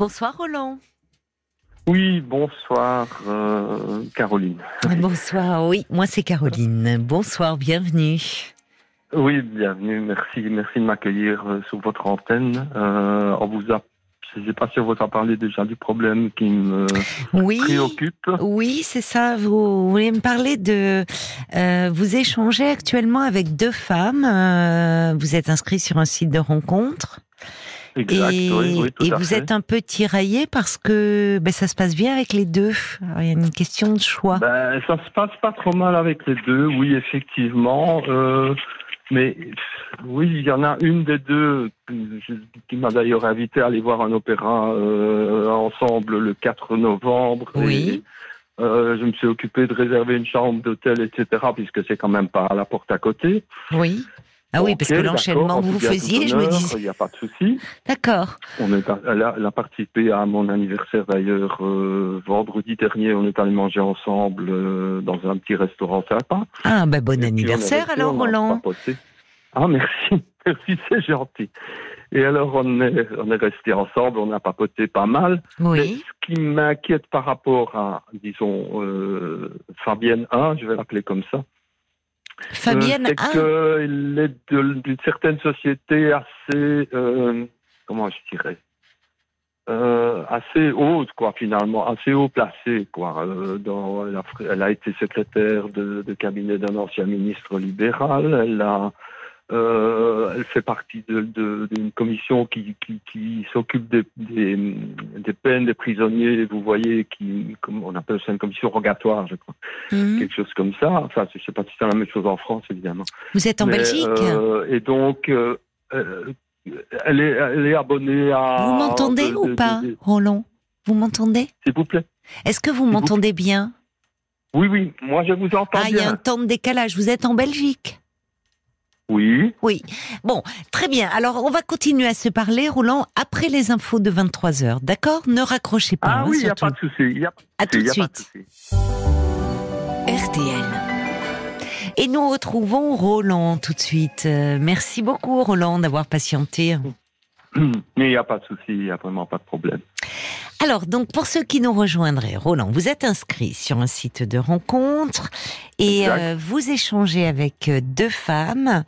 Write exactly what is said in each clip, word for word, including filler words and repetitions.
Bonsoir Roland. Oui, bonsoir euh, Caroline. Bonsoir, oui, moi c'est Caroline. Bonsoir, bienvenue. Oui, bienvenue, merci, merci de m'accueillir euh, sur votre antenne. Euh, on vous a, je ne sais pas si on vous a parlé déjà du problème qui me oui, préoccupe. Oui, c'est ça. Vous voulez me parler de... Euh, vous échangez actuellement avec deux femmes. Euh, vous êtes inscrit sur un site de rencontre. Exact, et, oui, oui, tout et à vous fait. êtes un peu tiraillé parce que ben, ça se passe bien avec les deux. Alors, il y a une question de choix. Ben, ça se passe pas trop mal avec les deux, oui, effectivement. Euh, mais oui, il y en a une des deux qui m'a d'ailleurs invité à aller voir un opéra euh, ensemble le quatre novembre. Oui. Et, euh, je me suis occupé de réserver une chambre d'hôtel, et cetera, puisque c'est quand même pas à la porte à côté. Oui. Ah oui, parce Okay, que l'enchaînement que vous faisiez, je me disais... Il n'y a pas de souci. D'accord. On est, elle, a, elle a participé à mon anniversaire d'ailleurs euh, vendredi dernier. On est allé manger ensemble euh, dans un petit restaurant sympa. Ah ben bon Et anniversaire resté, alors Roland. Ah merci, merci, c'est gentil. Et alors on est, on est resté ensemble, on a papoté pas mal. Oui. Mais ce qui m'inquiète par rapport à, disons, euh, Fabienne un, je vais l'appeler comme ça. Fabienne, euh, c'est qu'elle est de, d'une certaine société assez, euh, comment je dirais, euh, assez haute, quoi, finalement, assez haut placée, quoi. Euh, dans, elle, a, elle a été secrétaire de, de cabinet d'un ancien ministre libéral. Elle a, euh, elle fait partie de, de, d'une commission qui, qui, qui s'occupe des, des, des peines des prisonniers, vous voyez, qui, comme on appelle ça une commission rogatoire, je crois. Mmh. Quelque chose comme ça. Enfin, je ne sais pas si c'est la même chose en France, évidemment. Vous êtes en Mais, Belgique euh, Et donc, euh, euh, elle, est, elle est abonnée à... Vous m'entendez de, ou de, pas, de, de... Roland? Vous m'entendez? S'il vous plaît. Est-ce que vous m'entendez bien? Oui, oui, moi je vous entends ah, bien. Ah, il y a un temps de décalage. Vous êtes en Belgique? Oui. Oui. Bon, très bien. Alors, on va continuer à se parler, Roland, après les infos de vingt-trois heures. D'accord? Ne raccrochez pas. Ah hein, oui, il n'y a surtout. pas de souci. Y a pas de à souci, tout de y a suite. pas de R T L. Et nous retrouvons Roland tout de suite. Euh, merci beaucoup, Roland, d'avoir patienté. Mais il n'y a pas de souci, il n'y a vraiment pas de problème. Alors, donc, pour ceux qui nous rejoindraient, Roland, vous êtes inscrit sur un site de rencontre et euh, vous échangez avec deux femmes.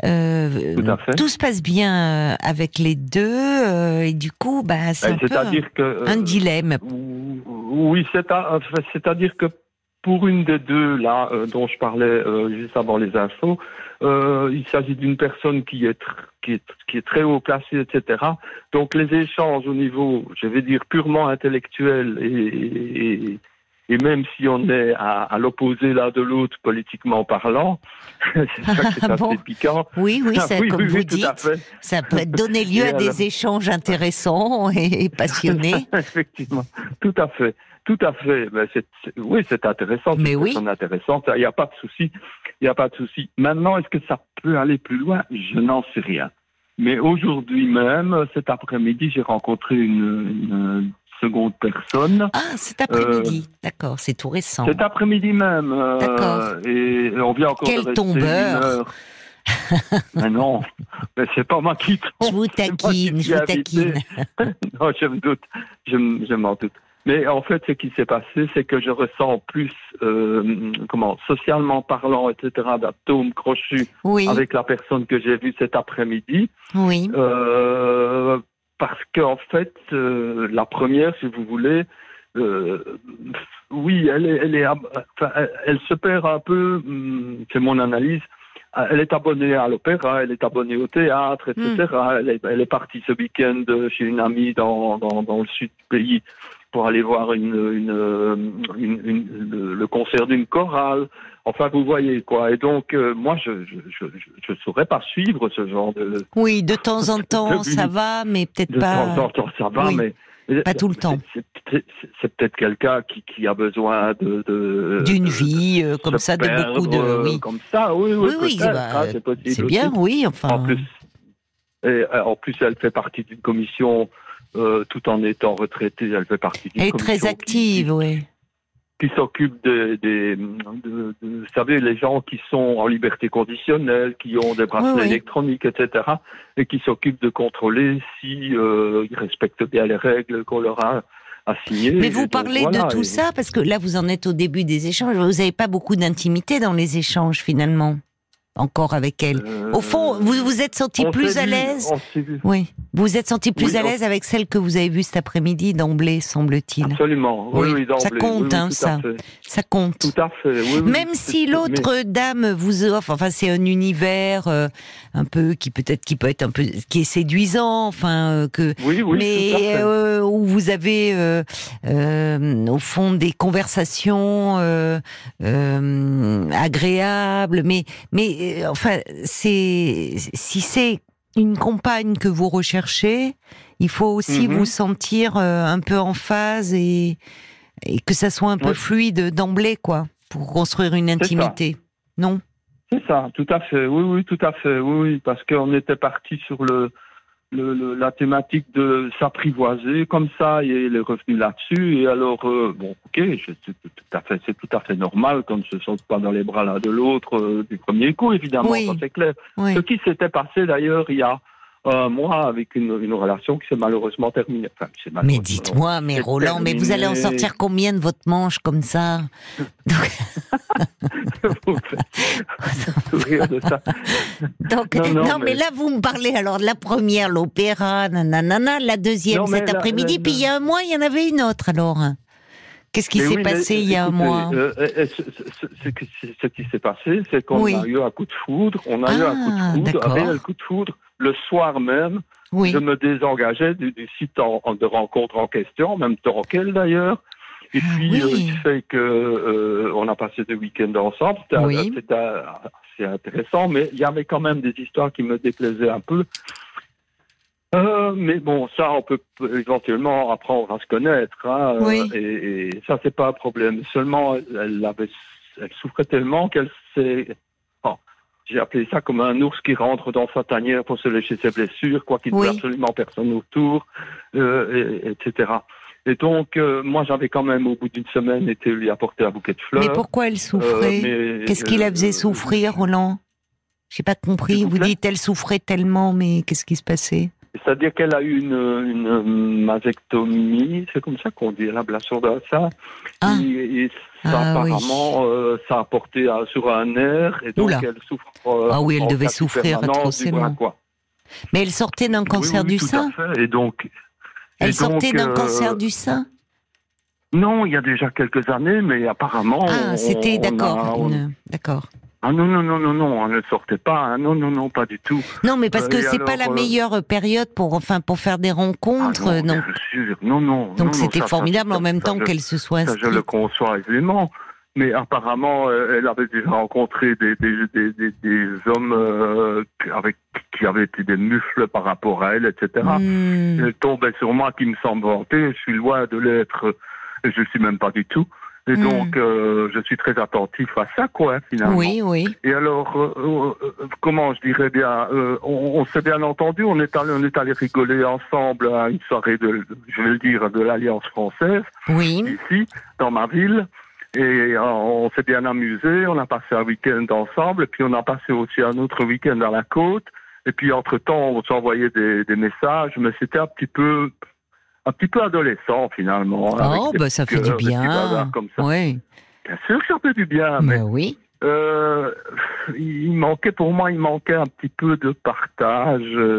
Euh, Tout à fait. Tout se passe bien avec les deux euh, et du coup, bah, c'est ben, un peu que, euh, un dilemme. Oui, c'est à, c'est-à-dire que pour une des deux, là, euh, dont je parlais euh, juste avant les infos, euh, il s'agit d'une personne qui est, tr- qui, est, qui est très haut placée, et cetera. Donc les échanges au niveau, je vais dire, purement intellectuel et, et, et même si on est à, à l'opposé l'un de l'autre politiquement parlant, c'est ça qui est assez bon. piquant. Oui, oui, ça, oui, comme oui, vous oui, dites, ça peut donner lieu et à alors... des échanges intéressants et passionnés. Effectivement, tout à fait. Tout à fait. Ben c'est, c'est, oui, c'est intéressant. Mais c'est oui. intéressant. Il n'y a pas de souci. Il n'y a pas de souci. Maintenant, est-ce que ça peut aller plus loin? Je n'en sais rien. Mais aujourd'hui même, cet après-midi, j'ai rencontré une, une seconde personne. Ah, cet après-midi. Euh, D'accord, c'est tout récent. Cet après-midi même. Euh, D'accord. Et on vient encore Quel de rester tombeur. une heure. Mais non, mais c'est pas moi qui tombe. Je vous taquine, je vous taquine. Non, je me doute. Je, je m'en doute. Mais en fait, ce qui s'est passé, c'est que je ressens plus, euh, comment, socialement parlant, et cetera, d'atomes crochus oui. avec la personne que j'ai vue cet après-midi. Oui. Euh, parce qu'en fait, euh, la première, si vous voulez, euh, oui, elle est, elle est, enfin, elle, elle se perd un peu. C'est mon analyse. Elle est abonnée à l'opéra, elle est abonnée au théâtre, et cetera. Mm. Elle, est, elle est partie ce week-end chez une amie dans, dans, dans le sud du pays pour aller voir une, une, une, une, le, le concert d'une chorale. Enfin, vous voyez, quoi. Et donc, euh, moi, je je, je, je je saurais pas suivre ce genre de... Oui, de temps en temps, de, ça va, mais peut-être de pas... De temps en temps, ça va, oui. mais... Pas tout le temps. C'est, c'est, c'est, c'est peut-être quelqu'un qui, qui a besoin de... de D'une de, vie euh, comme ça, de beaucoup de... Oui, comme ça, oui, oui, oui, oui bah, ah, c'est possible. C'est bien, aussi. oui, enfin... En plus, et, en plus, elle fait partie d'une commission... Euh, tout en étant retraitée, elle fait partie d'une elle est commission très active, qui, oui. qui s'occupe des, des de, de, vous savez, les gens qui sont en liberté conditionnelle, qui ont des bracelets oui, oui. électroniques, et cetera, et qui s'occupent de contrôler si euh, ils respectent bien les règles qu'on leur a assignées. Mais vous donc, parlez voilà, de tout et... ça parce que là, vous en êtes au début des échanges. Vous n'avez pas beaucoup d'intimité dans les échanges, finalement. Encore avec elle. Euh, Au fond, vous vous êtes senti plus à vu, l'aise. on s'est vu. Oui. Vous vous êtes senti plus Oui, à on... l'aise avec celle que vous avez vue cet après-midi d'emblée, semble-t-il. Absolument. Oui, oui, oui, d'emblée. ça compte, oui, hein, oui, ça. Ça compte. Tout à fait. Oui, oui, Même si l'autre mais... dame vous offre, enfin, c'est un univers euh, un peu qui peut-être qui peut être un peu qui est séduisant, enfin euh, que. Oui, oui, mais tout à fait. Euh, où vous avez euh, euh, au fond des conversations euh, euh, agréables, mais mais euh, enfin c'est si c'est une compagne que vous recherchez, il faut aussi Mm-hmm. vous sentir euh, un peu en phase et, et que ça soit un peu ouais. fluide d'emblée, quoi, pour construire une intimité. Non ? C'est ça, tout à fait. Oui, oui, tout à fait. Oui, oui, parce qu'on était parti sur le, le, le la thématique de s'apprivoiser comme ça, et il est revenu là-dessus. Et alors, euh, bon, ok, je, c'est tout à fait, c'est tout à fait normal qu'on ne se sente pas dans les bras l'un de l'autre euh, du premier coup, évidemment, Oui. ça c'est clair. Oui. Ce qui s'était passé d'ailleurs il y a un mois avec une, une relation qui s'est malheureusement terminée. Enfin, c'est Mais dites-moi, mais Roland, mais vous allez en sortir combien de votre manche comme ça ? Vous faites sourire de ça. Donc, non, non, non mais... mais là, vous me parlez alors de la première, l'opéra, nanana, la deuxième non, cet après-midi, puis il y a un mois, il y en avait une autre alors. Qu'est-ce qui mais s'est oui, passé mais, il y a écoutez, un mois euh, euh, ce, ce, ce, ce qui s'est passé, c'est qu'on oui. a eu un coup de foudre. On a ah, eu un coup de foudre, un réel coup de foudre. Le soir même, oui. je me désengageais du, du site en, en, de rencontre en question, même Torquel d'ailleurs. Et ah, puis, oui. euh, il fait que euh, on a passé deux week-ends ensemble. C'était, oui. c'était assez intéressant, mais il y avait quand même des histoires qui me déplaisaient un peu. Euh, mais bon, ça, on peut éventuellement apprendre à se connaître, hein, oui. euh, et, et ça, c'est pas un problème. Seulement, elle, avait, elle souffrait tellement qu'elle s'est... Oh, j'ai appelé ça comme un ours qui rentre dans sa tanière pour se lécher ses blessures, quoi qu'il n'y ait oui. absolument personne autour, euh, et, etc. Et donc, euh, moi, j'avais quand même, au bout d'une semaine, été lui apporter un bouquet de fleurs. Mais pourquoi elle souffrait euh, mais, Qu'est-ce qui la faisait souffrir, Roland ? J'ai pas compris. Vous dites, elle souffrait tellement, mais qu'est-ce qui se passait ? C'est-à-dire qu'elle a eu une, une masectomie, c'est comme ça qu'on dit, l'ablation de ça. Ah. Et, et ça, ah, apparemment, oui. euh, ça a porté à, sur un nerf, et donc Oula. elle souffre. Euh, ah oui, elle devait souffrir atrocement. Bras, mais elle sortait d'un cancer oui, oui, du tout sein. À fait. Et donc, elle et sortait donc, d'un euh, cancer du sein. Non, il y a déjà quelques années, mais apparemment. Ah, on, c'était on d'accord, a, on... une... d'accord. Ah non, non, non, non, non, on ne sortait pas. Hein. Non, non, non, pas du tout. Non, mais parce que euh, c'est alors, pas la meilleure période pour, enfin, pour faire des rencontres. Ah non, donc... bien sûr. Non, non. Donc non, c'était non, ça, formidable ça, en même ça, temps ça, qu'elle se soit inscrite. Ça, je le conçois aisément. Mais apparemment, euh, elle avait déjà rencontré des, des, des, des, des hommes euh, avec, qui avaient été des mufles par rapport à elle, et cetera. Mmh. Elle tombait sur moi qui me semble vanter. Je suis loin de l'être. Je ne suis même pas du tout. Et mmh. donc, euh, je suis très attentif à ça, quoi, finalement. Oui, oui. Et alors, euh, euh, comment je dirais bien, euh, on, on s'est bien entendu, on est allé, on est allé rigoler ensemble à une soirée de, je vais le dire, de l'Alliance française. Oui. Ici, dans ma ville. Et euh, on s'est bien amusé, on a passé un week-end ensemble, et puis on a passé aussi un autre week-end à la côte. Et puis, entre-temps, on s'envoyait des, des messages, mais c'était un petit peu... un petit peu adolescent, finalement. Oh, bah ça fait du bien. Comme ça. Oui. Bien sûr que ça fait du bien, mais... mais oui. Euh, il manquait, pour moi, il manquait un petit peu de partage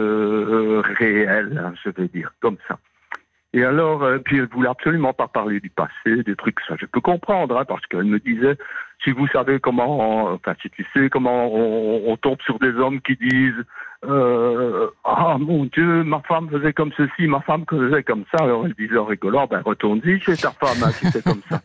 euh, réel, hein, je vais dire, comme ça. Et alors, euh, puis elle voulait absolument pas parler du passé, des trucs, ça je peux comprendre, hein, parce qu'elle me disait, si vous savez comment, enfin si tu sais comment on, on tombe sur des hommes qui disent, euh, ah mon Dieu, ma femme faisait comme ceci, ma femme faisait comme ça, alors elle disait en rigolant, ben retourne-y chez ta femme, hein, si c'est comme ça.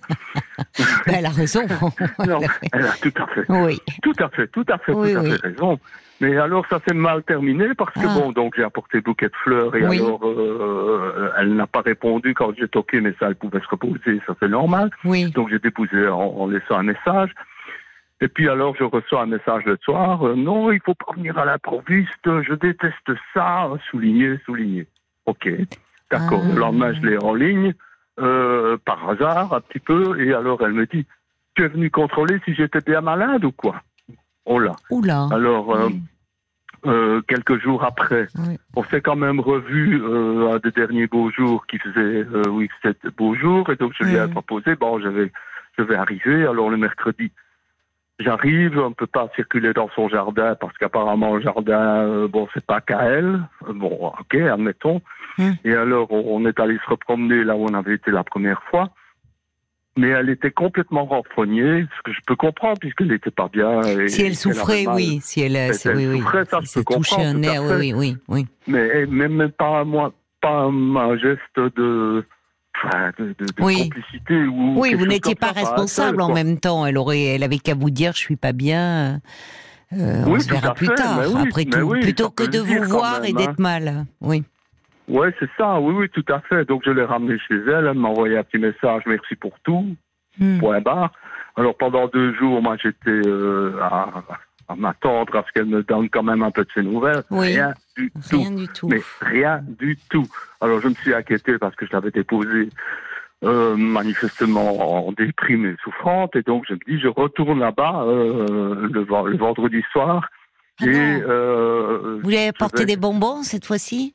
Elle a raison. Non, elle a tout à fait, oui. tout à fait, tout à fait, oui, tout à oui. fait raison. Mais alors, ça s'est mal terminé parce que, ah. bon, donc j'ai apporté le bouquet de fleurs et oui. alors, euh, elle n'a pas répondu quand j'ai toqué, mais ça, elle pouvait se reposer, ça c'est normal. Oui. Donc j'ai déposé en, en laissant un message. Et puis alors, je reçois un message le soir, euh, non, il faut pas venir à l'improviste, je déteste ça, souligné, souligné. Ok, d'accord. Ah. Le lendemain, je l'ai en ligne. euh, par hasard, un petit peu, et alors elle me dit, tu es venu contrôler si j'étais bien malade ou quoi? Oh là. Oula. Alors, euh, Oui. euh, quelques jours après, Oui. on s'est quand même revu euh, à des derniers beaux jours qui faisaient, euh, oui, c'était beaux jours, et donc je lui ai Mm. proposé, bon, je vais, je vais arriver, alors le mercredi, j'arrive, on ne peut pas circuler dans son jardin parce qu'apparemment le jardin, euh, bon, c'est pas qu'à elle. Euh, Bon, ok, admettons. Mm. Et alors, on, on est allé se repromener là où on avait été la première fois. Mais elle était complètement renfrognée, ce que je peux comprendre puisqu'elle n'était pas bien. Et, Si elle et souffrait, avait mal. oui. Si elle, Et c'est- elle oui, oui. souffrait, ça, Si je peux c'est touché comprendre, un tout à nerf, fait. oui, oui, oui. Mais même, même pas moi, pas un, un geste de, enfin, de, de, de Oui. complicité ou Oui, quelque vous chose n'étiez comme pas ça, un seul, responsable en quoi. même temps. Elle aurait, elle avait qu'à vous dire, je suis pas bien. euh, on Oui, se tout verra à plus fait, tard. mais oui, Après mais tout, oui, plutôt ça que peut de le vous dire quand voir et même, d'être hein. mal. Oui. Ouais, c'est ça, oui, oui, tout à fait. Donc je l'ai ramené chez elle, elle m'a envoyé un petit message, merci pour tout, Hmm. point barre. Alors pendant deux jours, moi j'étais euh, à, à m'attendre à ce qu'elle me donne quand même un peu de ses nouvelles. Oui. Rien du Rien tout. du tout. Mais rien du tout. Alors je me suis inquiété parce que je l'avais déposée euh, manifestement en déprime et souffrante, et donc je me dis je retourne là-bas euh, le, ven- le vendredi soir. Ah et non. euh, Vous lui avez je apporté vais- des bonbons cette fois-ci?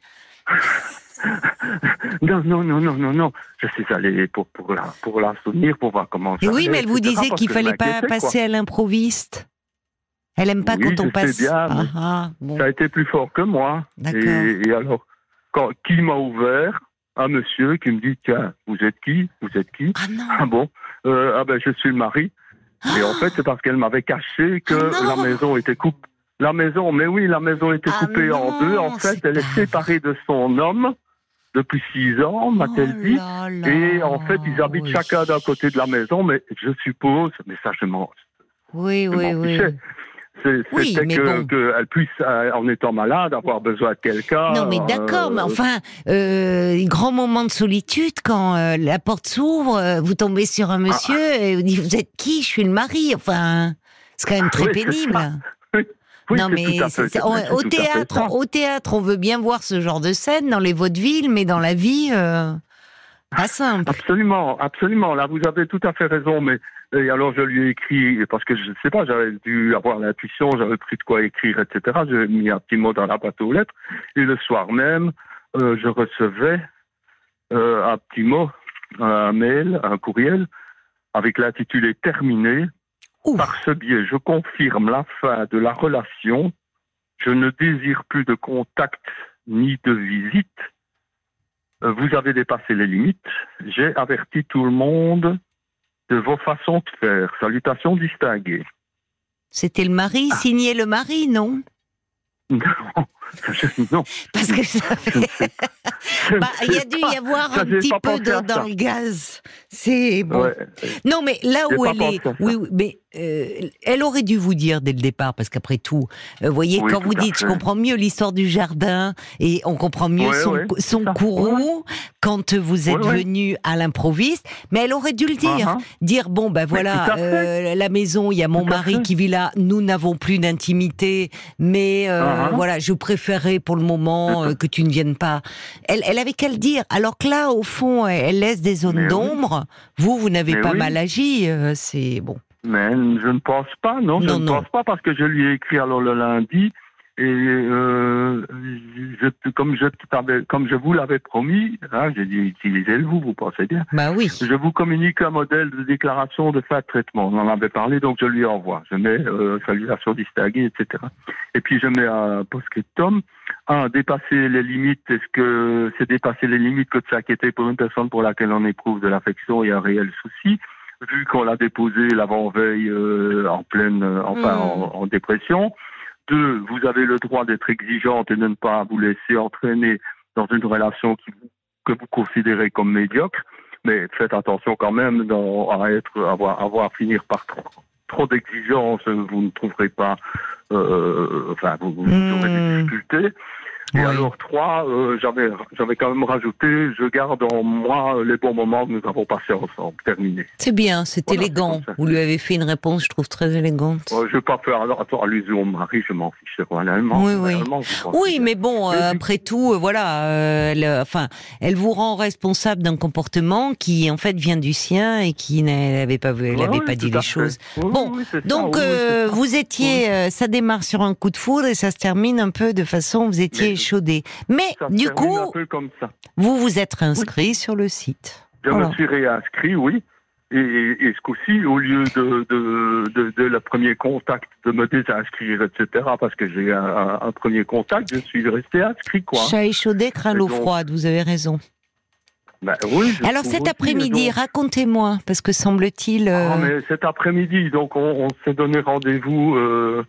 Non, non, non, non, non, non. Je suis allé pour, pour, la, pour la soutenir, pour voir comment Et ça oui, allait, mais elle vous et cetera, disait parce qu'il que je fallait pas m'inquiétais, passer quoi. à l'improviste. Elle aime pas Oui, quand on je passe. sais bien, mais Ah, ah, bon. ça a été plus fort que moi. D'accord. Et, et alors, quand, qui m'a ouvert? Un monsieur qui me dit, tiens, vous êtes qui? Vous êtes qui? Ah non. Ah bon? Euh, ah ben, je suis le mari. Et en fait, c'est parce qu'elle m'avait caché que Ah non. la maison était coupée. La maison, mais oui, la maison était Ah coupée en non, deux. En fait, c'est elle est pas séparée de son homme depuis six ans, m'a-t-elle dit. Oh là là. Et en fait, ils habitent Oui. chacun d'un côté de la maison, mais je suppose, mais ça, je m'en, Oui, je oui, m'en oui. fichais. C'est- Oui, C'était mais que, bon. qu'elle puisse, euh, en étant malade, avoir besoin de quelqu'un. Non, mais d'accord, mais euh, enfin, euh, grand moment de solitude quand euh, la porte s'ouvre, euh, vous tombez sur un monsieur et vous dites vous êtes qui? Je suis le mari. Enfin, c'est quand même très oui, c'est pénible. ça. Oui, oui, non, c'est mais tout à c'est- fait, c'est- c'est- on- c'est au tout à fait théâtre, ça. au théâtre, on veut bien voir ce genre de scène dans les vaudevilles, mais dans la vie, euh, pas simple. Absolument, absolument. Là, vous avez tout à fait raison. Mais et alors, je lui ai écrit parce que je ne sais pas, j'avais dû avoir l'intuition, j'avais pris de quoi écrire, et cetera. J'ai mis un petit mot dans la boîte aux lettres. Et le soir même, euh, je recevais euh, un petit mot, un mail, un courriel avec l'intitulé terminé. Ouf. Par ce biais, je confirme la fin de la relation. Je ne désire plus de contact ni de visite. Euh, Vous avez dépassé les limites. J'ai averti tout le monde de vos façons de faire. Salutations distinguées. C'était le mari, Ah. signé le mari, non? Non, je- non. Parce que ça Je ne sais pas. Je ne bah, il y a sais dû pas. y avoir Ça, un j'ai petit pas peu pensé à d'eau dans ça. le gaz. C'est bon. Ouais. Non, mais là J'ai où pas elle est, pensé à ça. oui, oui, mais euh, elle aurait dû vous dire dès le départ, parce qu'après tout, euh, vous voyez, Oui, quand tout vous à dites, je fait. comprends mieux l'histoire du jardin et on comprend mieux Ouais, son, ouais, son ça. courroux quand vous êtes Ouais, ouais. venu à l'improviste. Mais elle aurait dû le dire, Uh-huh. dire bon ben voilà, tout à fait. euh, la maison, il y a mon Tout à mari fait. qui vit là, nous n'avons plus d'intimité, mais euh, Uh-huh. voilà, je préférerais pour le moment euh, que tu ne viennes pas. Elle, elle avait qu'à le dire. Alors que là, au fond, elle laisse des zones Mais oui. d'ombre. Vous, vous n'avez Mais pas oui. mal agi. euh, c'est bon. Mais je ne pense pas, non, je Non, ne non. pense pas parce que je lui ai écrit alors le lundi et euh, je, comme je t'avais- comme je vous l'avais promis, hein, j'ai dit utilisez-le vous, vous pensez bien. Bah oui. Je vous communique un modèle de déclaration de fin de traitement. On en avait parlé, donc je lui envoie. Je mets euh, salutation distinguée, et cetera. Et puis je mets un post-scriptum. Un, dépasser les limites. Est-ce que c'est dépasser les limites que de s'inquiéter pour une personne pour laquelle on éprouve de l'affection et un réel souci, vu qu'on l'a déposé l'avant-veille euh, en pleine, euh, enfin Mm. en, en dépression. Deux, vous avez le droit d'être exigeante et de ne pas vous laisser entraîner dans une relation qui, que vous considérez comme médiocre. Mais faites attention quand même dans, à être, avoir, avoir finir par trop, trop d'exigences, vous ne trouverez pas, euh, enfin, vous, vous Mmh. aurez des difficultés. Et Oui. alors trois, euh, j'avais j'avais quand même rajouté, je garde en moi les bons moments que nous avons passés ensemble. Terminé. C'est bien, c'est Voilà, élégant. c'est comme ça. Vous lui avez fait une réponse, je trouve, très élégante. Euh, je ne vais pas faire alors, attends, allusion au mari, je m'en fiche. C'est quoi, l'allemand Oui, oui. L'allemand, je pense Oui, que- mais bon, Mais euh, du- après tout, euh, voilà, euh, elle, euh, enfin, elle vous rend responsable d'un comportement qui, en fait, vient du sien et qui n'avait pas, elle Ouais, avait oui, pas dit tout à les fait. choses. Oui, Bon, oui, c'est ça, donc oui, oui, c'est euh, ça. vous étiez, euh, ça démarre sur un coup de foudre et ça se termine un peu de façon, vous étiez Mais- échaudé. Mais Ça se du termine coup, un peu comme ça. vous vous êtes réinscrit sur le site. Je Voilà. me suis réinscrit, oui. Et, et, et ce coup-ci, au lieu de, de, de, de le premier contact, de me désinscrire, et cetera, parce que j'ai un, un, un premier contact, je suis resté inscrit, quoi. Chat échaudé craint Et l'eau donc- froide, vous avez raison. Ben, oui, je Alors trouve cet aussi, après-midi, donc- racontez-moi, parce que semble-t-il... euh, Ah, mais cet après-midi, donc on, on s'est donné rendez-vous euh,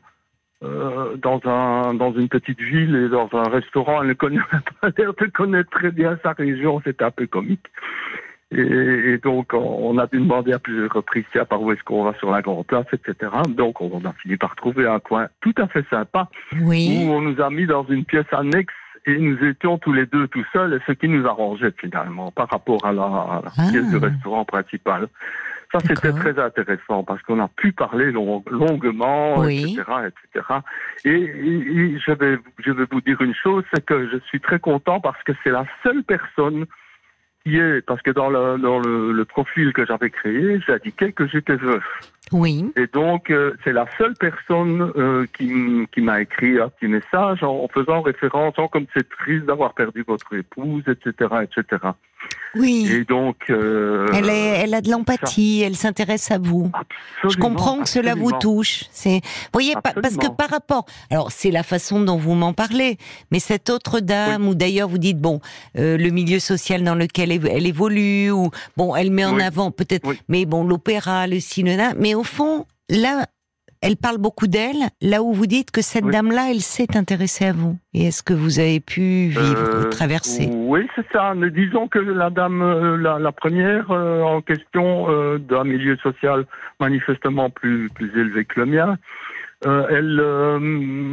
euh, dans un dans une petite ville et dans un restaurant. Elle ne connaît pas l'air de connaître très bien sa région, c'était un peu comique. Et, et donc on, on a dû demander à plusieurs reprises tiens, par où est-ce qu'on va sur la grande place, et cetera. Donc on a fini par trouver un coin tout à fait sympa Oui. où on nous a mis dans une pièce annexe. Et nous étions tous les deux tout seuls, et ce qui nous arrangeait finalement par rapport à la, à la Ah. pièce du restaurant principal. Ça, c'était D'accord. très intéressant parce qu'on a pu parler long- longuement, Oui. et cetera, et cetera. Et, et- et je vais, je vais vous dire une chose, c'est que je suis très content parce que c'est la seule personne qui est, parce que dans le, dans le, le profil que j'avais créé, j'ai indiqué que j'étais veuf. Oui. Et donc, euh, c'est la seule personne euh, qui, m- qui m'a écrit un petit message en, en faisant référence, en comme c'est triste d'avoir perdu votre épouse, et cetera, et cetera. Oui. Et donc, euh, Elle, est, elle a de l'empathie, elle s'intéresse à vous. Je absolument, comprends que cela vous absolument. touche. C'est, vous voyez, pa- parce que Absolument. par rapport, alors c'est la façon dont vous m'en parlez, mais cette autre dame, ou d'ailleurs vous dites bon, euh, le milieu social dans lequel elle, elle évolue, ou bon, elle met en Oui. avant peut-être, Oui. mais bon, l'opéra, le cinéma, mais au fond, là, elle parle beaucoup d'elle, là où vous dites que cette Oui. dame-là, elle s'est intéressée à vous. Et est-ce que vous avez pu vivre, Euh, traverser? Oui, c'est ça. Mais disons que la dame, euh, la, la première euh, en question, euh, d'un milieu social manifestement plus, plus élevé que le mien, euh, elle... euh,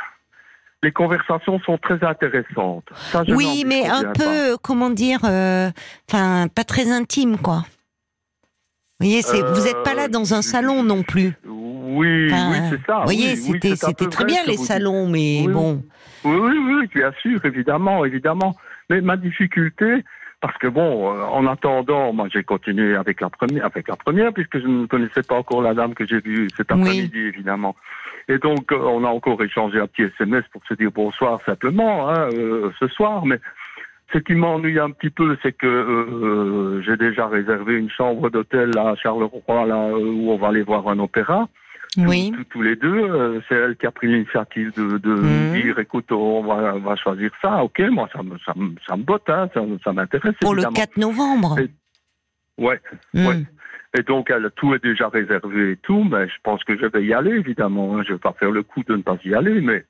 les conversations sont très intéressantes. Ça, je Oui, n'en mais disconviens un pas. peu, comment dire, enfin, pas très intime, quoi. Vous voyez, c'est, vous n'êtes pas là dans un Euh, salon non plus. Oui, Enfin, oui, c'est ça. Vous voyez, oui, oui, c'était, c'est un c'était peu très vrai bien ce que les vous dites. salons, mais Oui, bon. Oui, oui, oui, bien sûr, évidemment, évidemment. Mais ma difficulté, parce que bon, euh, en attendant, moi j'ai continué avec la première, avec la première, puisque je ne connaissais pas encore la dame que j'ai vue cet Oui. après-midi, évidemment. Et donc, euh, on a encore échangé un petit S M S pour se dire bonsoir simplement, hein, euh, ce soir. Mais ce qui m'ennuie un petit peu, c'est que euh, j'ai déjà réservé une chambre d'hôtel à Charleroi, là où on va aller voir un opéra. Oui. Tous, tous, tous les deux, euh, c'est elle qui a pris l'initiative de, de Mmh. me dire, écoute, on va, on va choisir ça. Ok, moi ça me, ça me, ça me botte, hein, ça, ça m'intéresse. Pour évidemment. le quatre novembre. Et- Ouais, Hmm. ouais. Et donc, elle, tout est déjà réservé et tout, mais je pense que je vais y aller, évidemment. Hein. Je vais pas faire le coup de ne pas y aller, mais...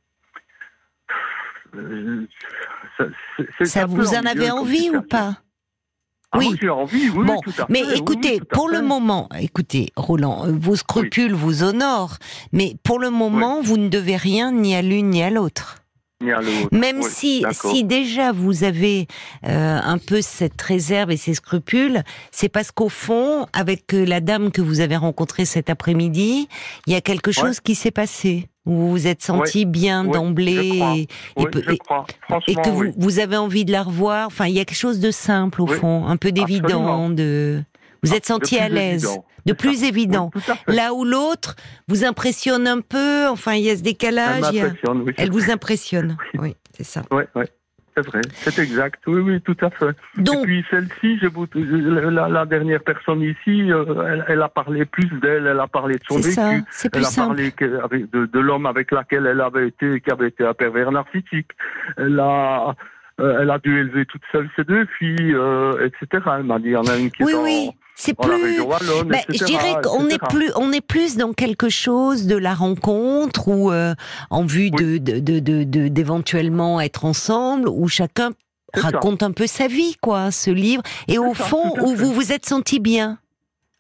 Euh, ça, c'est- c'est Ça un peu vous en ennuyeux avez comme envie ou situation. pas? Ah, Oui. moi, j'ai envie, oui, Bon, oui, tout à mais fait, oui, écoutez, oui, tout à pour le fait. moment, écoutez, Roland, euh, vos scrupules vous honorent, mais pour le moment, vous ne devez rien ni à l'une ni à l'autre. Ni à l'autre. Même Oui, si, d'accord. si déjà vous avez euh, un peu cette réserve et ces scrupules, c'est parce qu'au fond, avec euh, la dame que vous avez rencontrée cet après-midi, il y a quelque chose qui s'est passé. Vous vous êtes senti bien Oui, d'emblée je crois. et, Oui, et peu- je et- crois. et Franchement, que vous, oui. vous avez envie de la revoir. Enfin, il y a quelque chose de simple au Oui, fond, un peu d'évident. absolument. De... Vous êtes Ah, de senti plus à l'aise, évident, de c'est plus ça. évident. Oui, tout à fait. Là où l'autre vous impressionne un peu. Enfin, il y a ce Elle décalage. il y a- m'impressionne, oui. Elle vous impressionne. Oui, c'est ça. Oui, oui. C'est vrai, c'est exact. Oui, oui, tout à fait. Donc, Et puis celle-ci, je vous, la, la dernière personne ici, euh, elle, elle a parlé plus d'elle, elle a parlé de son c'est vécu. ça, c'est Elle plus a simple. parlé que- avec- de, de l'homme avec lequel elle avait été, qui avait été un pervers narcissique. Elle a, euh, elle a dû élever toute seule ses deux filles, euh, et cetera. Elle m'a dit, il y en a une qui Oui, est dans, oui, c'est dans la plus. région wallonne, Ben, et cetera. je dirais qu'on et est cetera. plus, on est plus dans quelque chose de la rencontre ou euh, en vue de, de, de, de, de- d'éventuellement être ensemble, où chacun C'est ça. raconte un peu sa vie, quoi, ce livre, et au ça, fond tout à où fait. vous vous êtes senti bien.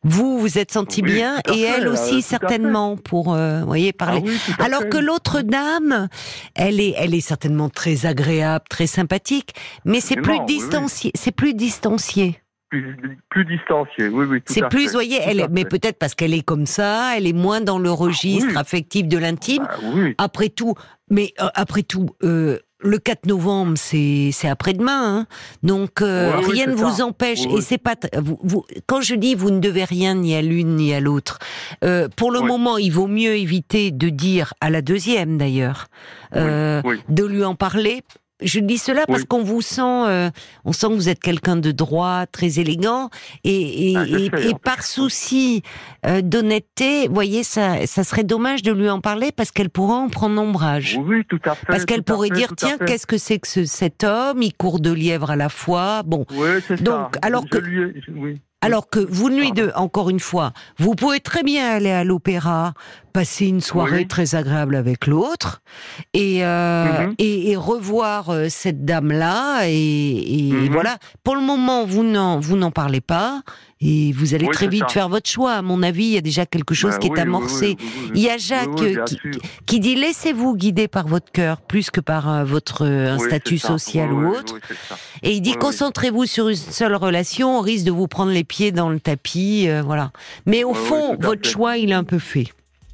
Vous vous êtes senti Oui, bien tout à et fait, elle euh, aussi tout à certainement pour euh, vous voyez parler. Ah oui, tout à Alors fait. que l'autre dame, elle est elle est certainement très agréable, très sympathique, mais c'est plus Absolument, oui, oui. distancié, c'est plus distancié. Plus, plus distancié, oui, oui, tout C'est à plus, fait. vous voyez, Tout elle à est, mais fait. peut-être parce qu'elle est comme ça, elle est moins dans le registre oui. affectif de l'intime. Bah, oui. Après tout, mais euh, après tout, euh, le quatre novembre, c'est c'est après-demain, hein. Donc euh, Oui, oui, rien c'est ne vous ça. empêche. Oui, Et oui. c'est pas t- vous, vous, quand je dis vous ne devez rien ni à l'une ni à l'autre. Euh, pour le Oui. moment, il vaut mieux éviter de dire à la deuxième d'ailleurs, euh, Oui, oui. de lui en parler. Je dis cela parce Oui. qu'on vous sent, euh, on sent que vous êtes quelqu'un de droit, très élégant, et, et, Ah, je et, sais, et en par fait. souci euh, d'honnêteté, vous voyez, ça, ça serait dommage de lui en parler parce qu'elle pourrait en prendre ombrage. Oui, oui, tout à fait. Parce qu'elle tout à pourrait fait, dire, tout à tiens, fait. qu'est-ce que c'est que ce, cet homme? Il court deux lièvres à la fois. Bon, Oui, c'est Donc, ça. alors Je que- lui ai- je- oui. alors que vous ne lui Pardon. deux, encore une fois, vous pouvez très bien aller à l'opéra, passer une soirée Oui. très agréable avec l'autre, et, euh, Mhm. et, et revoir euh, cette dame-là, et, et Mhm. voilà. Pour le moment, vous n'en, vous n'en parlez pas, et vous allez Oui, très c'est vite ça. faire votre choix. À mon avis, il y a déjà quelque chose Bah qui oui, est oui, amorcé. oui, oui, oui, oui. Il y a Jacques Oui, oui, euh, bien qui, sûr. qui dit laissez-vous guider par votre cœur plus que par euh, votre euh, un Oui, statut c'est ça. social Oui, ou oui, autre. oui, c'est ça. Et il dit Oui, oui. concentrez-vous sur une seule relation, on risque de vous prendre les pieds dans le tapis, euh, voilà. Mais au Oui, oui, fond, tout à votre fait. choix, il est un peu fait.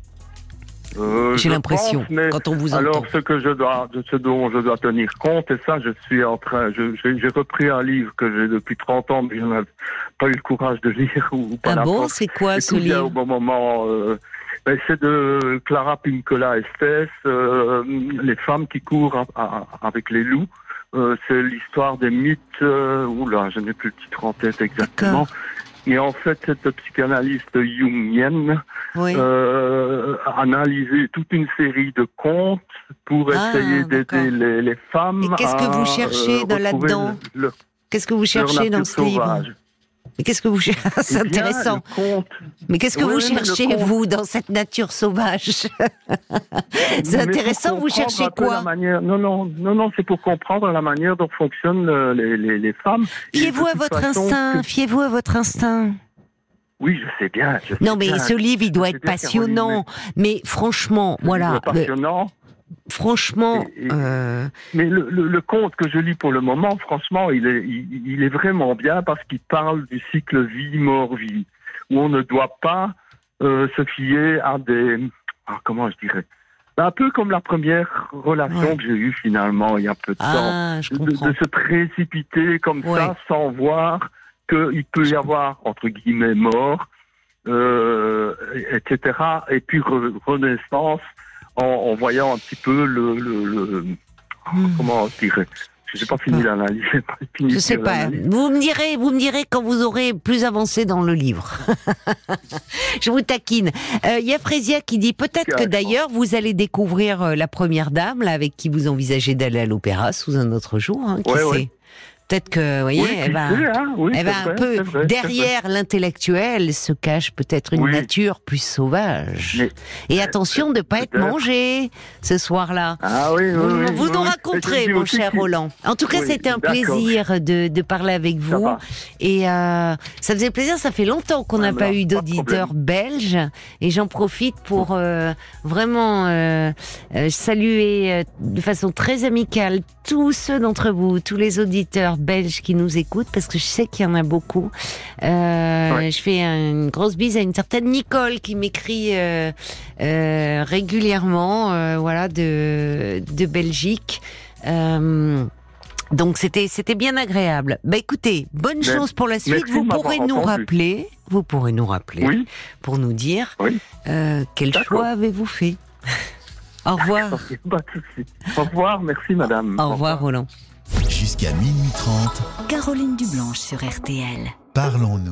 Euh, J'ai je l'impression pense, mais quand on vous alors entend. ce que je dois, de ce dont je dois tenir compte, et ça, je suis en train, je- j'ai j'ai repris un livre que j'ai depuis trente ans, mais je n'ai pas eu le courage de lire ou pas Ah la bon, force. c'est quoi Et ce tout vient livre au bon moment. Euh, ben, c'est de Clara Pinkola Estés, euh, les femmes qui courent a- a- avec les loups. Euh, c'est l'histoire des mythes. Euh, oula, je n'ai plus le titre en tête exactement. D'accord. Et en fait, cette psychanalyste jungienne Oui. euh, a analysé toute une série de contes pour Ah, essayer d'accord. d'aider les, les femmes. Et qu'est-ce que à, vous cherchez euh, dans retrouver là-dedans le- le- Qu'est-ce que vous leur cherchez dans nature ce livre sauvage. Mais qu'est-ce que vous cherchez C'est Eh bien, intéressant. le conte, Mais qu'est-ce que Oui, vous oui, mais le cherchez, conte- vous, dans cette nature sauvage C'est Mais intéressant, pour vous comprendre cherchez un peu la quoi manière, Non, non, non, non, c'est pour comprendre la manière dont fonctionnent euh, les, les, les femmes. Et Fiez-vous de à toute votre façon, instinct, que- fiez-vous à votre instinct. Oui, je sais bien. je sais Non, mais bien, ce livre, il doit je sais être bien, Caroline, passionnant. Mais franchement, mais ce voilà, livre est euh, passionnant. franchement, Et- et- euh, Mais le, le, le conte que je lis pour le moment, franchement, il est, il, il est vraiment bien parce qu'il parle du cycle vie-mort-vie, où on ne doit pas euh, se fier à des... ah, comment je dirais Un peu comme la première relation Ouais. que j'ai eue finalement il y a peu de temps. ah, je De, comprends. de se précipiter comme Ouais. ça sans voir qu'il peut y avoir, entre guillemets, mort, euh, et cetera. Et puis re- renaissance en, en voyant un petit peu le... le, le Hmm. comment je dirais Je n'ai pas fini l'analyse. j'ai pas fini Je sais de pas. l'analyse. Vous me direz, vous me direz quand vous aurez plus avancé dans le livre. Je vous taquine. Il y a Frésia qui dit peut-être que Carrément. d'ailleurs vous allez découvrir euh, la première dame là avec qui vous envisagez d'aller à l'opéra sous un autre jour. Hein, qui Ouais, sait ouais. Peut-être que, vous voyez, Oui, elle qui va. sait, hein, oui, Elle c'est va un vrai, peu c'est vrai, c'est derrière l'intellectuel se cache peut-être une Oui. nature plus sauvage. Mais- Et attention de pas être peut-être. mangé ce soir-là. Ah oui, oui, Vous, oui, vous oui, nous oui. raconterez, Et je dis mon aussi cher qu'il- Roland. En tout cas, Oui, c'était un d'accord. plaisir de, de parler avec Ça vous. va. Et euh, ça faisait plaisir. Ça fait longtemps qu'on n'a Alors, pas eu pas de d'auditeurs problème. belges. Et j'en profite pour euh, vraiment euh, euh, saluer euh, de façon très amicale tous ceux d'entre vous, tous les auditeurs belges qui nous écoutent, parce que je sais qu'il y en a beaucoup. Euh, Ouais. Je fais une grosse bise à une certaine Nicole qui m'écrit euh, euh, régulièrement, euh, voilà, de, de Belgique. Euh, donc c'était c'était bien agréable. Bah écoutez, bonne Mais- chance pour la suite. merci Vous de m'avoir pourrez nous entendu. rappeler, vous pourrez nous rappeler Oui, pour nous dire Oui. euh, quel D'accord. choix avez-vous fait. Au revoir. ok, pas de souci. Au revoir, merci madame. Au revoir Roland. Jusqu'à minuit trente, Caroline Dublanche sur R T L. parlons-nous.